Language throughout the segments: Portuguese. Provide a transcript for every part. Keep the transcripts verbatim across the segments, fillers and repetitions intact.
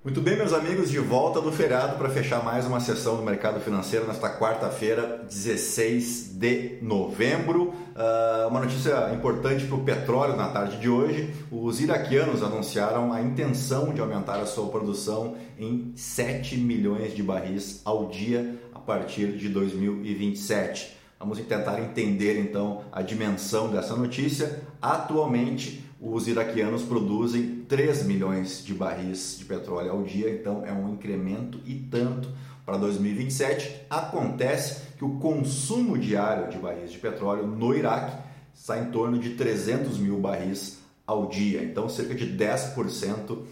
Muito bem, meus amigos, de volta do feriado para fechar mais uma sessão do mercado financeiro nesta quarta-feira, dezesseis de novembro. Uh, uma notícia importante para o petróleo na tarde de hoje: os iraquianos anunciaram a intenção de aumentar a sua produção em sete milhões de barris ao dia a partir de dois mil e vinte e sete. Vamos tentar entender então a dimensão dessa notícia. Atualmente, os iraquianos produzem três milhões de barris de petróleo ao dia, então é um incremento e tanto para dois mil e vinte e sete. Acontece que o consumo diário de barris de petróleo no Iraque está em torno de trezentos mil barris ao dia, então cerca de dez por cento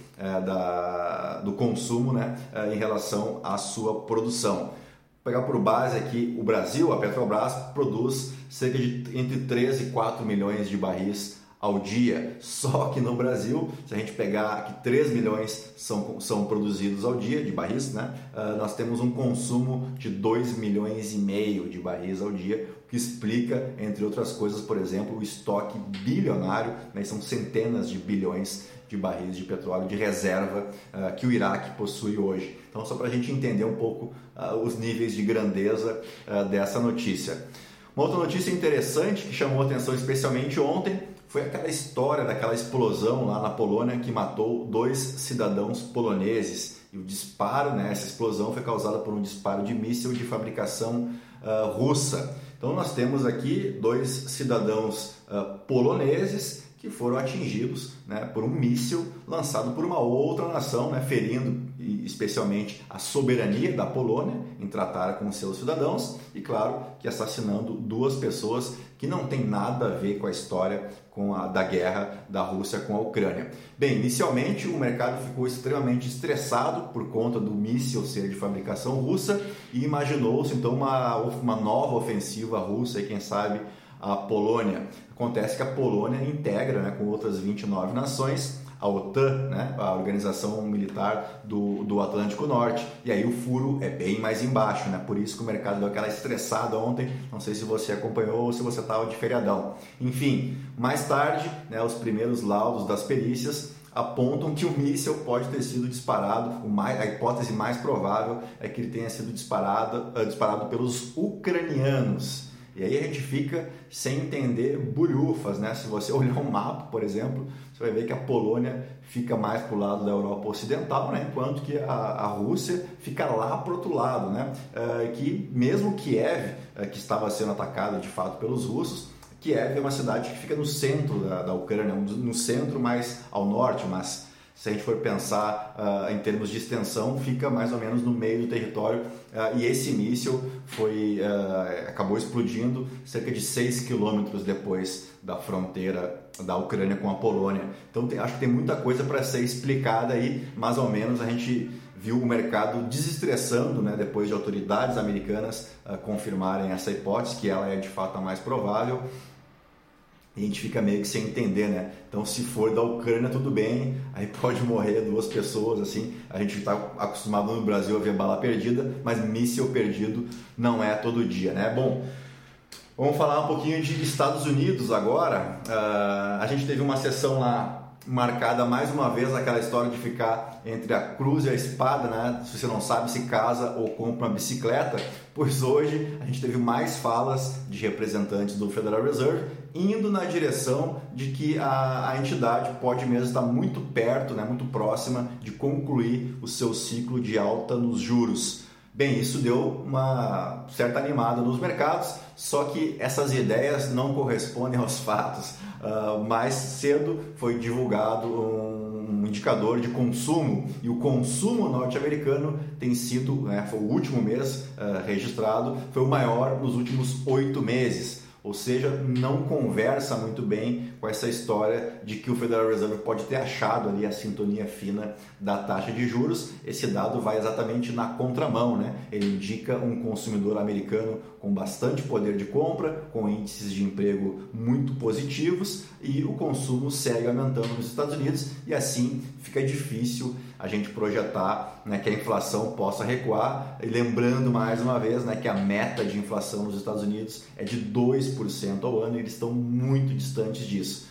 da, do consumo, né, em relação à sua produção. Vou pegar por base aqui o Brasil, a Petrobras produz cerca de entre três e quatro milhões de barris ao dia. Só que no Brasil, se a gente pegar que três milhões são, são produzidos ao dia de barris, né? Uh, nós temos um consumo de dois milhões e meio de barris ao dia, o que explica, entre outras coisas, por exemplo, o estoque bilionário, né? São centenas de bilhões de barris de petróleo de reserva uh, que o Iraque possui hoje. Então, só para a gente entender um pouco uh, os níveis de grandeza uh, dessa notícia. Uma outra notícia interessante que chamou a atenção especialmente ontem foi aquela história daquela explosão lá na Polônia que matou dois cidadãos poloneses. E o disparo, né, essa explosão foi causada por um disparo de míssil de fabricação uh, russa. Então nós temos aqui dois cidadãos uh, poloneses que foram atingidos, né, por um míssil lançado por uma outra nação, né, ferindo especialmente a soberania da Polônia em tratar com seus cidadãos e, claro, que assassinando duas pessoas que não tem nada a ver com a história com a, da guerra da Rússia com a Ucrânia. Bem, inicialmente o mercado ficou extremamente estressado por conta do míssil ser de fabricação russa e imaginou-se então uma, uma nova ofensiva russa e quem sabe a Polônia. Acontece que a Polônia integra, né, com outras vinte e nove nações a OTAN, né, a Organização Militar do, do Atlântico Norte, e aí o furo é bem mais embaixo, né? Por isso que o mercado deu aquela estressada ontem, não sei se você acompanhou ou se você estava de feriadão. Enfim, mais tarde, né, os primeiros laudos das perícias apontam que o míssil pode ter sido disparado, o mais, a hipótese mais provável é que ele tenha sido disparado, uh, disparado pelos ucranianos. E aí a gente fica sem entender bulhufas, né? Se você olhar um mapa, por exemplo, você vai ver que a Polônia fica mais para o lado da Europa Ocidental, né? Enquanto que a, a Rússia fica lá para o outro lado, né? Uh, que mesmo Kiev, uh, que estava sendo atacada de fato pelos russos, Kiev é uma cidade que fica no centro da, da Ucrânia, no centro mais ao norte, mas se a gente for pensar uh, em termos de extensão, fica mais ou menos no meio do território uh, e esse míssil foi, uh, acabou explodindo cerca de seis quilômetros depois da fronteira da Ucrânia com a Polônia. Então tem, acho que tem muita coisa para ser explicada aí, mais ou menos a gente viu o mercado desestressando, né, depois de autoridades americanas uh, confirmarem essa hipótese, que ela é de fato a mais provável. E a gente fica meio que sem entender, né? Então, se for da Ucrânia, tudo bem, aí pode morrer duas pessoas, assim. A gente está acostumado no Brasil a ver bala perdida, mas míssil perdido não é todo dia, né? Bom, vamos falar um pouquinho de Estados Unidos agora. Uh, a gente teve uma sessão lá marcada mais uma vez aquela história de ficar entre a cruz e a espada, né? Se você não sabe se casa ou compra uma bicicleta, pois hoje a gente teve mais falas de representantes do Federal Reserve indo na direção de que a, a entidade pode mesmo estar muito perto, né, muito próxima de concluir o seu ciclo de alta nos juros. Bem, isso deu uma certa animada nos mercados, só que essas ideias não correspondem aos fatos. Uh, mais cedo foi divulgado um indicador de consumo e o consumo norte-americano tem sido, né, foi o último mês uh, registrado, foi o maior nos últimos oito meses. Ou seja, não conversa muito bem com essa história de que o Federal Reserve pode ter achado ali a sintonia fina da taxa de juros. Esse dado vai exatamente na contramão, né? Ele indica um consumidor americano com bastante poder de compra, com índices de emprego muito positivos e o consumo segue aumentando nos Estados Unidos e assim fica difícil a gente projetar, né, que a inflação possa recuar. E lembrando mais uma vez, né, que a meta de inflação nos Estados Unidos é de dois por cento ao ano e eles estão muito distantes disso.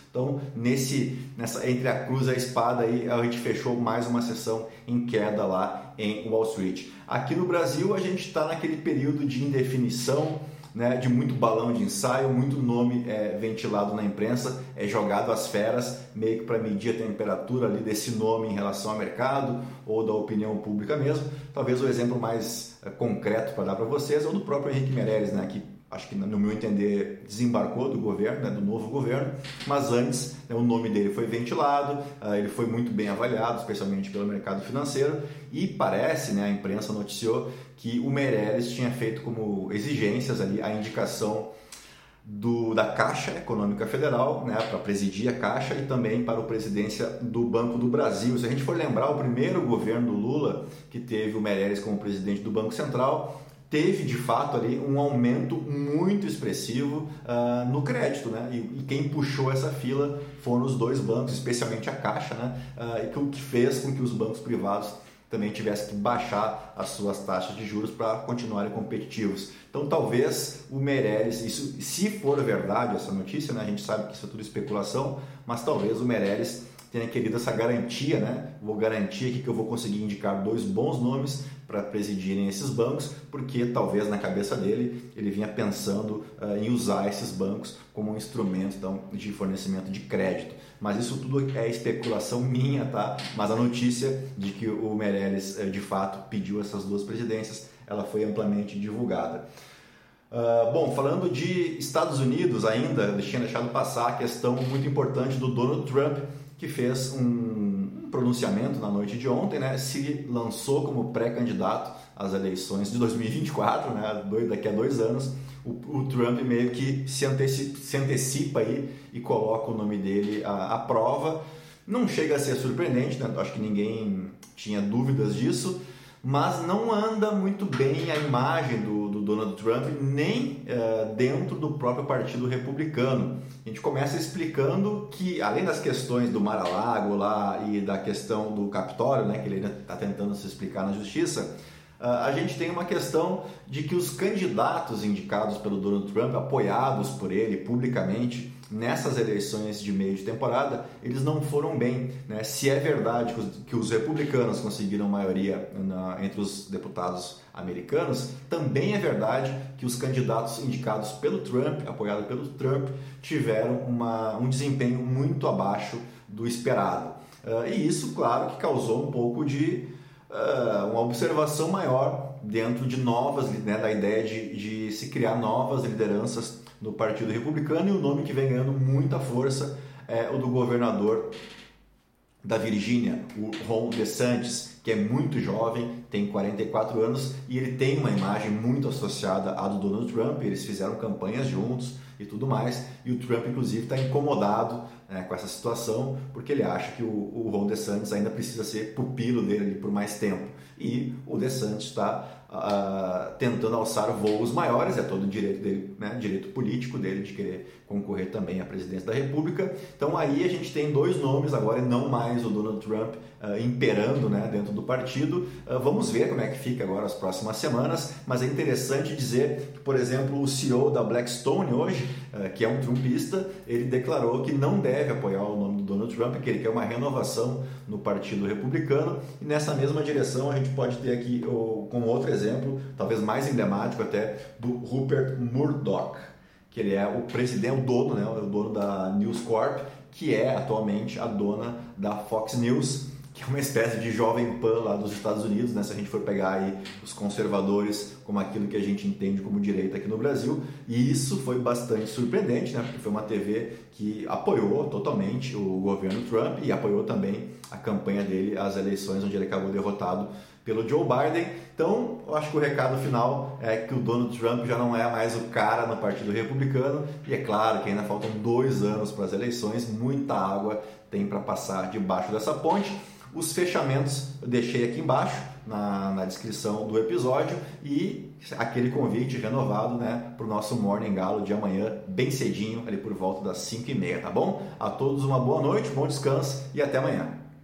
Então, nesse, nessa, entre a cruz e a espada, aí, a gente fechou mais uma sessão em queda lá em Wall Street. Aqui no Brasil, a gente está naquele período de indefinição, né, de muito balão de ensaio, muito nome é, ventilado na imprensa, é jogado às feras, meio que para medir a temperatura ali desse nome em relação ao mercado ou da opinião pública mesmo. Talvez o exemplo mais é, concreto para dar para vocês é o do próprio Henrique Meirelles, né, que acho que, no meu entender, desembarcou do governo, né, do novo governo, mas antes, né, o nome dele foi ventilado, uh, ele foi muito bem avaliado, especialmente pelo mercado financeiro, e parece, né, a imprensa noticiou que o Meirelles tinha feito como exigências ali a indicação do, da Caixa Econômica Federal, né, para presidir a Caixa e também para a presidência do Banco do Brasil. Se a gente for lembrar, o primeiro governo do Lula, que teve o Meirelles como presidente do Banco Central, teve de fato ali um aumento muito expressivo uh, no crédito, né? E, e quem puxou essa fila foram os dois bancos, especialmente a Caixa, né? Uh, e que, o que fez com que os bancos privados também tivessem que baixar as suas taxas de juros para continuarem competitivos. Então, talvez o Meirelles, isso, se for verdade essa notícia, né? A gente sabe que isso é tudo especulação, mas talvez o Meirelles tenha querido essa garantia, né? Vou garantir aqui que eu vou conseguir indicar dois bons nomes para presidirem esses bancos, porque talvez na cabeça dele ele vinha pensando uh, em usar esses bancos como um instrumento então, de fornecimento de crédito. Mas isso tudo é especulação minha, tá? Mas a notícia de que o Meirelles uh, de fato pediu essas duas presidências, ela foi amplamente divulgada. Uh, bom, falando de Estados Unidos ainda, eu tinha deixado passar a questão muito importante do Donald Trump, que fez um pronunciamento na noite de ontem, né, se lançou como pré-candidato às eleições de dois mil e vinte e quatro, né, daqui a dois anos, o, o Trump meio que se antecipa, se antecipa aí e coloca o nome dele à, à prova. Não chega a ser surpreendente, né, acho que ninguém tinha dúvidas disso, mas não anda muito bem a imagem do, do Donald Trump, nem uh, dentro do próprio Partido Republicano. A gente começa explicando que, além das questões do Mar-a-Lago lá e da questão do Capitólio, né, que ele ainda está tentando se explicar na Justiça, uh, a gente tem uma questão de que os candidatos indicados pelo Donald Trump, apoiados por ele publicamente, nessas eleições de meio de temporada, eles não foram bem, né? Se é verdade que os, que os republicanos conseguiram maioria na, entre os deputados americanos, também é verdade que os candidatos indicados pelo Trump, apoiados pelo Trump, tiveram uma, um desempenho muito abaixo do esperado. Uh, e isso, claro, que causou um pouco de uh, uma observação maior dentro de novas, né, da ideia de, de se criar novas lideranças no Partido Republicano, e o nome que vem ganhando muita força é o do governador da Virgínia, o Ron DeSantis, que é muito jovem, tem quarenta e quatro anos, e ele tem uma imagem muito associada à do Donald Trump. Eles fizeram campanhas juntos e tudo mais, e o Trump inclusive está incomodado, né, com essa situação, porque ele acha que o, o Ron DeSantis ainda precisa ser pupilo dele ali por mais tempo, e o DeSantis está uh, tentando alçar voos maiores, é todo o direito dele, né, direito político dele de querer concorrer também à presidência da República. Então aí a gente tem dois nomes agora, e não mais o Donald Trump uh, imperando, né, dentro do partido. Uh, vamos ver como é que fica agora as próximas semanas, mas é interessante dizer que, por exemplo, o C E O da Blackstone hoje, uh, que é um trumpista, ele declarou que não deve apoiar o nome do Donald Trump, que ele quer uma renovação no Partido Republicano, e nessa mesma direção a gente pode ter aqui, como outro exemplo, talvez mais emblemático até, do Rupert Murdoch, que ele é o presidente, o dono, né, o dono da News Corp, que é atualmente a dona da Fox News, que é uma espécie de jovem pan lá dos Estados Unidos, né? Se a gente for pegar aí os conservadores como aquilo que a gente entende como direita aqui no Brasil. E isso foi bastante surpreendente, né? Porque foi uma T V que apoiou totalmente o governo Trump e apoiou também a campanha dele às eleições, onde ele acabou derrotado pelo Joe Biden. Então, eu acho que o recado final é que o Donald Trump já não é mais o cara no Partido Republicano, e é claro que ainda faltam dois anos para as eleições, muita água tem para passar debaixo dessa ponte. Os fechamentos eu deixei aqui embaixo na, na descrição do episódio, e aquele convite renovado, né, para o nosso Morning Galo de amanhã, bem cedinho, ali por volta das cinco e meia, tá bom? A todos uma boa noite, bom descanso e até amanhã.